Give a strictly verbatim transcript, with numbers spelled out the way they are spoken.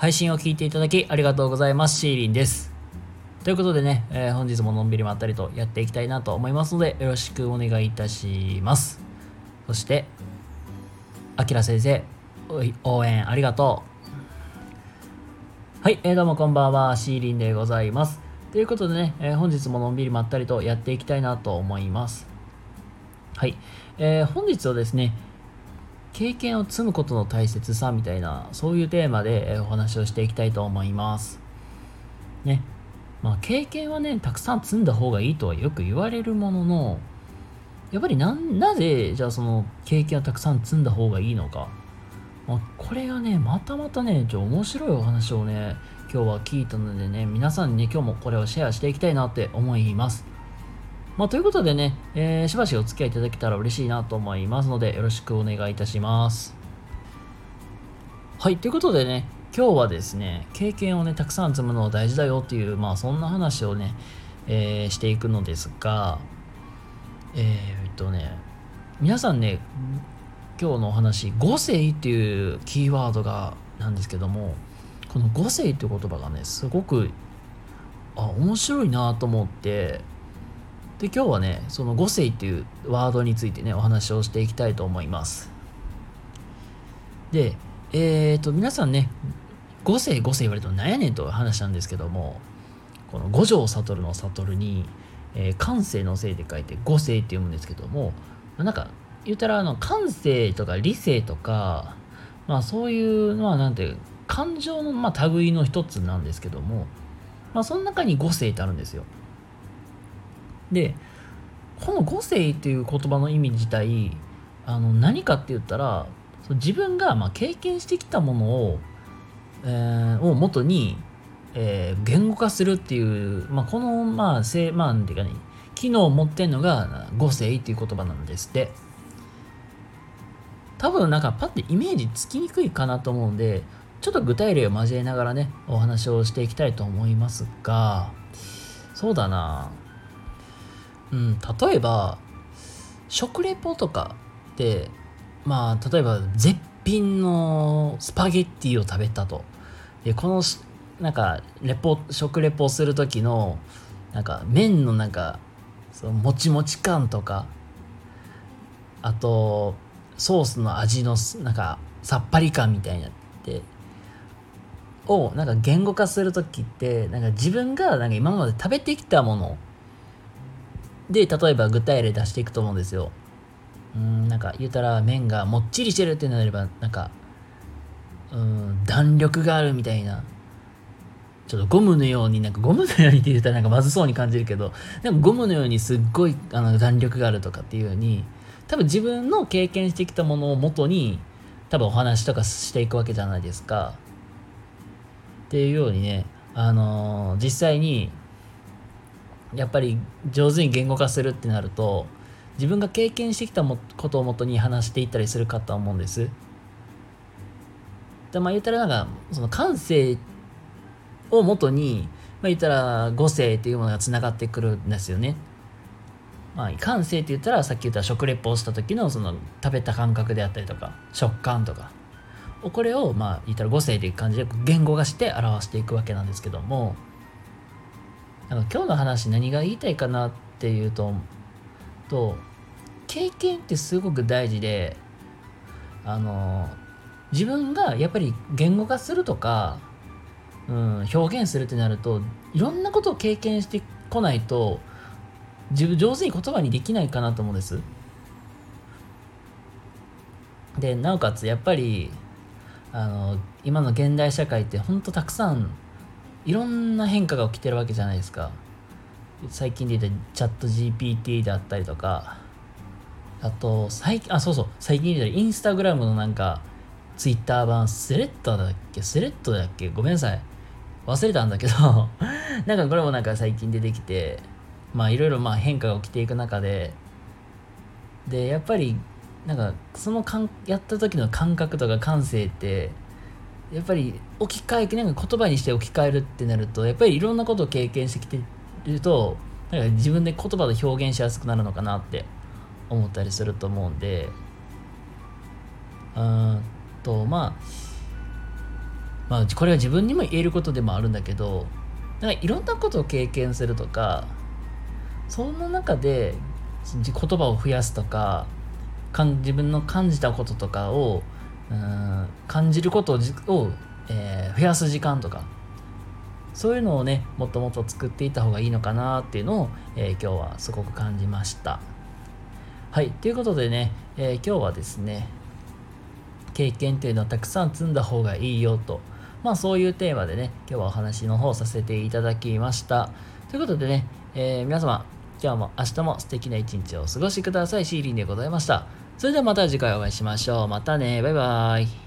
配信を聞いていただきありがとうございます。シーリンです。ということでね、えー本日ものんびりまったりとやっていきたいなと思いますので、よろしくお願いいたします。そして、あきら先生、おい応援ありがとう。はい、えーどうもこんばんは、シーリンでございます。ということでね、えー本日ものんびりまったりとやっていきたいなと思います。はい、えー本日はですね、経験を積むことの大切さみたいな、そういうテーマでえーお話をしていきたいと思います。ね。まあ、経験はね、たくさん積んだ方がいいとはよく言われるものの、やっぱりな、なぜ、じゃあその経験をたくさん積んだ方がいいのか。まあ、これがね、またまたね、ちょ面白いお話をね、今日は聞いたのでね、皆さんにね、今日もこれをシェアしていきたいなって思います。まあ、ということでね、えーしばしお付き合いいただけたら嬉しいなと思いますので、よろしくお願いいたします。はい、ということでね、今日はですね、経験をね、たくさん積むのは大事だよっていう、まあそんな話をね、えーしていくのですが、えー、っとね、皆さんね、今日のお話、五世っていうキーワードがなんですけども、この五世っていう言葉がね、すごく、あ、面白いなと思って、で、今日はね、その五世っていうワードについてね、お話をしていきたいと思います。で、えーと、皆さんね、五世五世言われても何やねんと話したんですけども、この五条悟の悟に、えー、感性のせいで書いて五世って読むんですけども、なんか言ったらあの感性とか理性とか、まあそういうのはなんて感情のまあ類の一つなんですけども、まあその中に五世ってあるんですよ。で、この五世っていう言葉の意味自体、あの何かって言ったら、自分がまあ経験してきたものを、えー、を元に、えー言語化するっていう、まあ、このまあ性まあっていうかね、機能を持ってんのが五世っていう言葉なんですって。多分なんかパッてイメージつきにくいかなと思うんで、ちょっと具体例を交えながらね、お話をしていきたいと思いますが、そうだな、うん、例えば食レポとかで、まあ例えば絶品のスパゲッティを食べたと。で、このなんかレポ食レポする時のなんか麺のなんかそのもちもち感とか、あとソースの味のなんかさっぱり感みたいなってをなんか言語化する時って、なんか自分がなんか今まで食べてきたもので、例えば具体例出していくと思うんですよ。うーん、なんか言うたら麺がもっちりしてるってなれば、なんかうーん弾力があるみたいな、ちょっとゴムのように、なんかゴムのようにって言ったらなんかまずそうに感じるけど、でもゴムのようにすっごいあの弾力があるとかっていうように、多分自分の経験してきたものを元に多分お話とかしていくわけじゃないですか。っていうようにね、あのー実際にやっぱり上手に言語化するってなると、自分が経験してきたもことを元に話していったりするかと思うんです。で、まあ言ったらなんかその感性を元に、まあ、言ったら五性っていうものがつながってくるんですよね。まあ、感性って言ったらさっき言った食レポをした時のその食べた感覚であったりとか食感とか、これをまあ言ったら五性という感じで言語化して表していくわけなんですけども、なんか今日の話何が言いたいかなっていうと、と経験ってすごく大事で、あの自分がやっぱり言語化するとか、うん、表現するってなると、いろんなことを経験してこないと自分上手に言葉にできないかなと思うんです。で、なおかつやっぱりあの今の現代社会ってほんとたくさんいろんな変化が起きてるわけじゃないですか。最近で言ったチャット ジーピーティー であったりとか、あと最近あそうそう最近で言ったインスタグラムのなんかツイッター版スレッドだっけスレッドだっけごめんなさい、忘れたんだけどなんかこれもなんか最近出てきて、まあいろいろまあ変化が起きていく中で、でやっぱりなんかそのかんやった時の感覚とか感性ってやっぱり置き換えなんか言葉にして置き換えるってなると、やっぱりいろんなことを経験してきてると、なんか自分で言葉で表現しやすくなるのかなって思ったりすると思うんで、うーんとまあまあこれは自分にも言えることでもあるんだけど、なんかいろんなことを経験するとか、その中で言葉を増やすとか、かん自分の感じたこととかをうーん感じることをじを、えー増やす時間とか、そういうのをねもっともっと作っていった方がいいのかなっていうのを、えー今日はすごく感じました。はい、ということでね、えー今日はですね、経験っていうのはたくさん積んだ方がいいよと、まあそういうテーマでね今日はお話の方させていただきました。ということでね、えー皆様今日も明日も素敵な一日をお過ごしください。シーリンでございました。それではまた次回お会いしましょう。またね、バイバイ。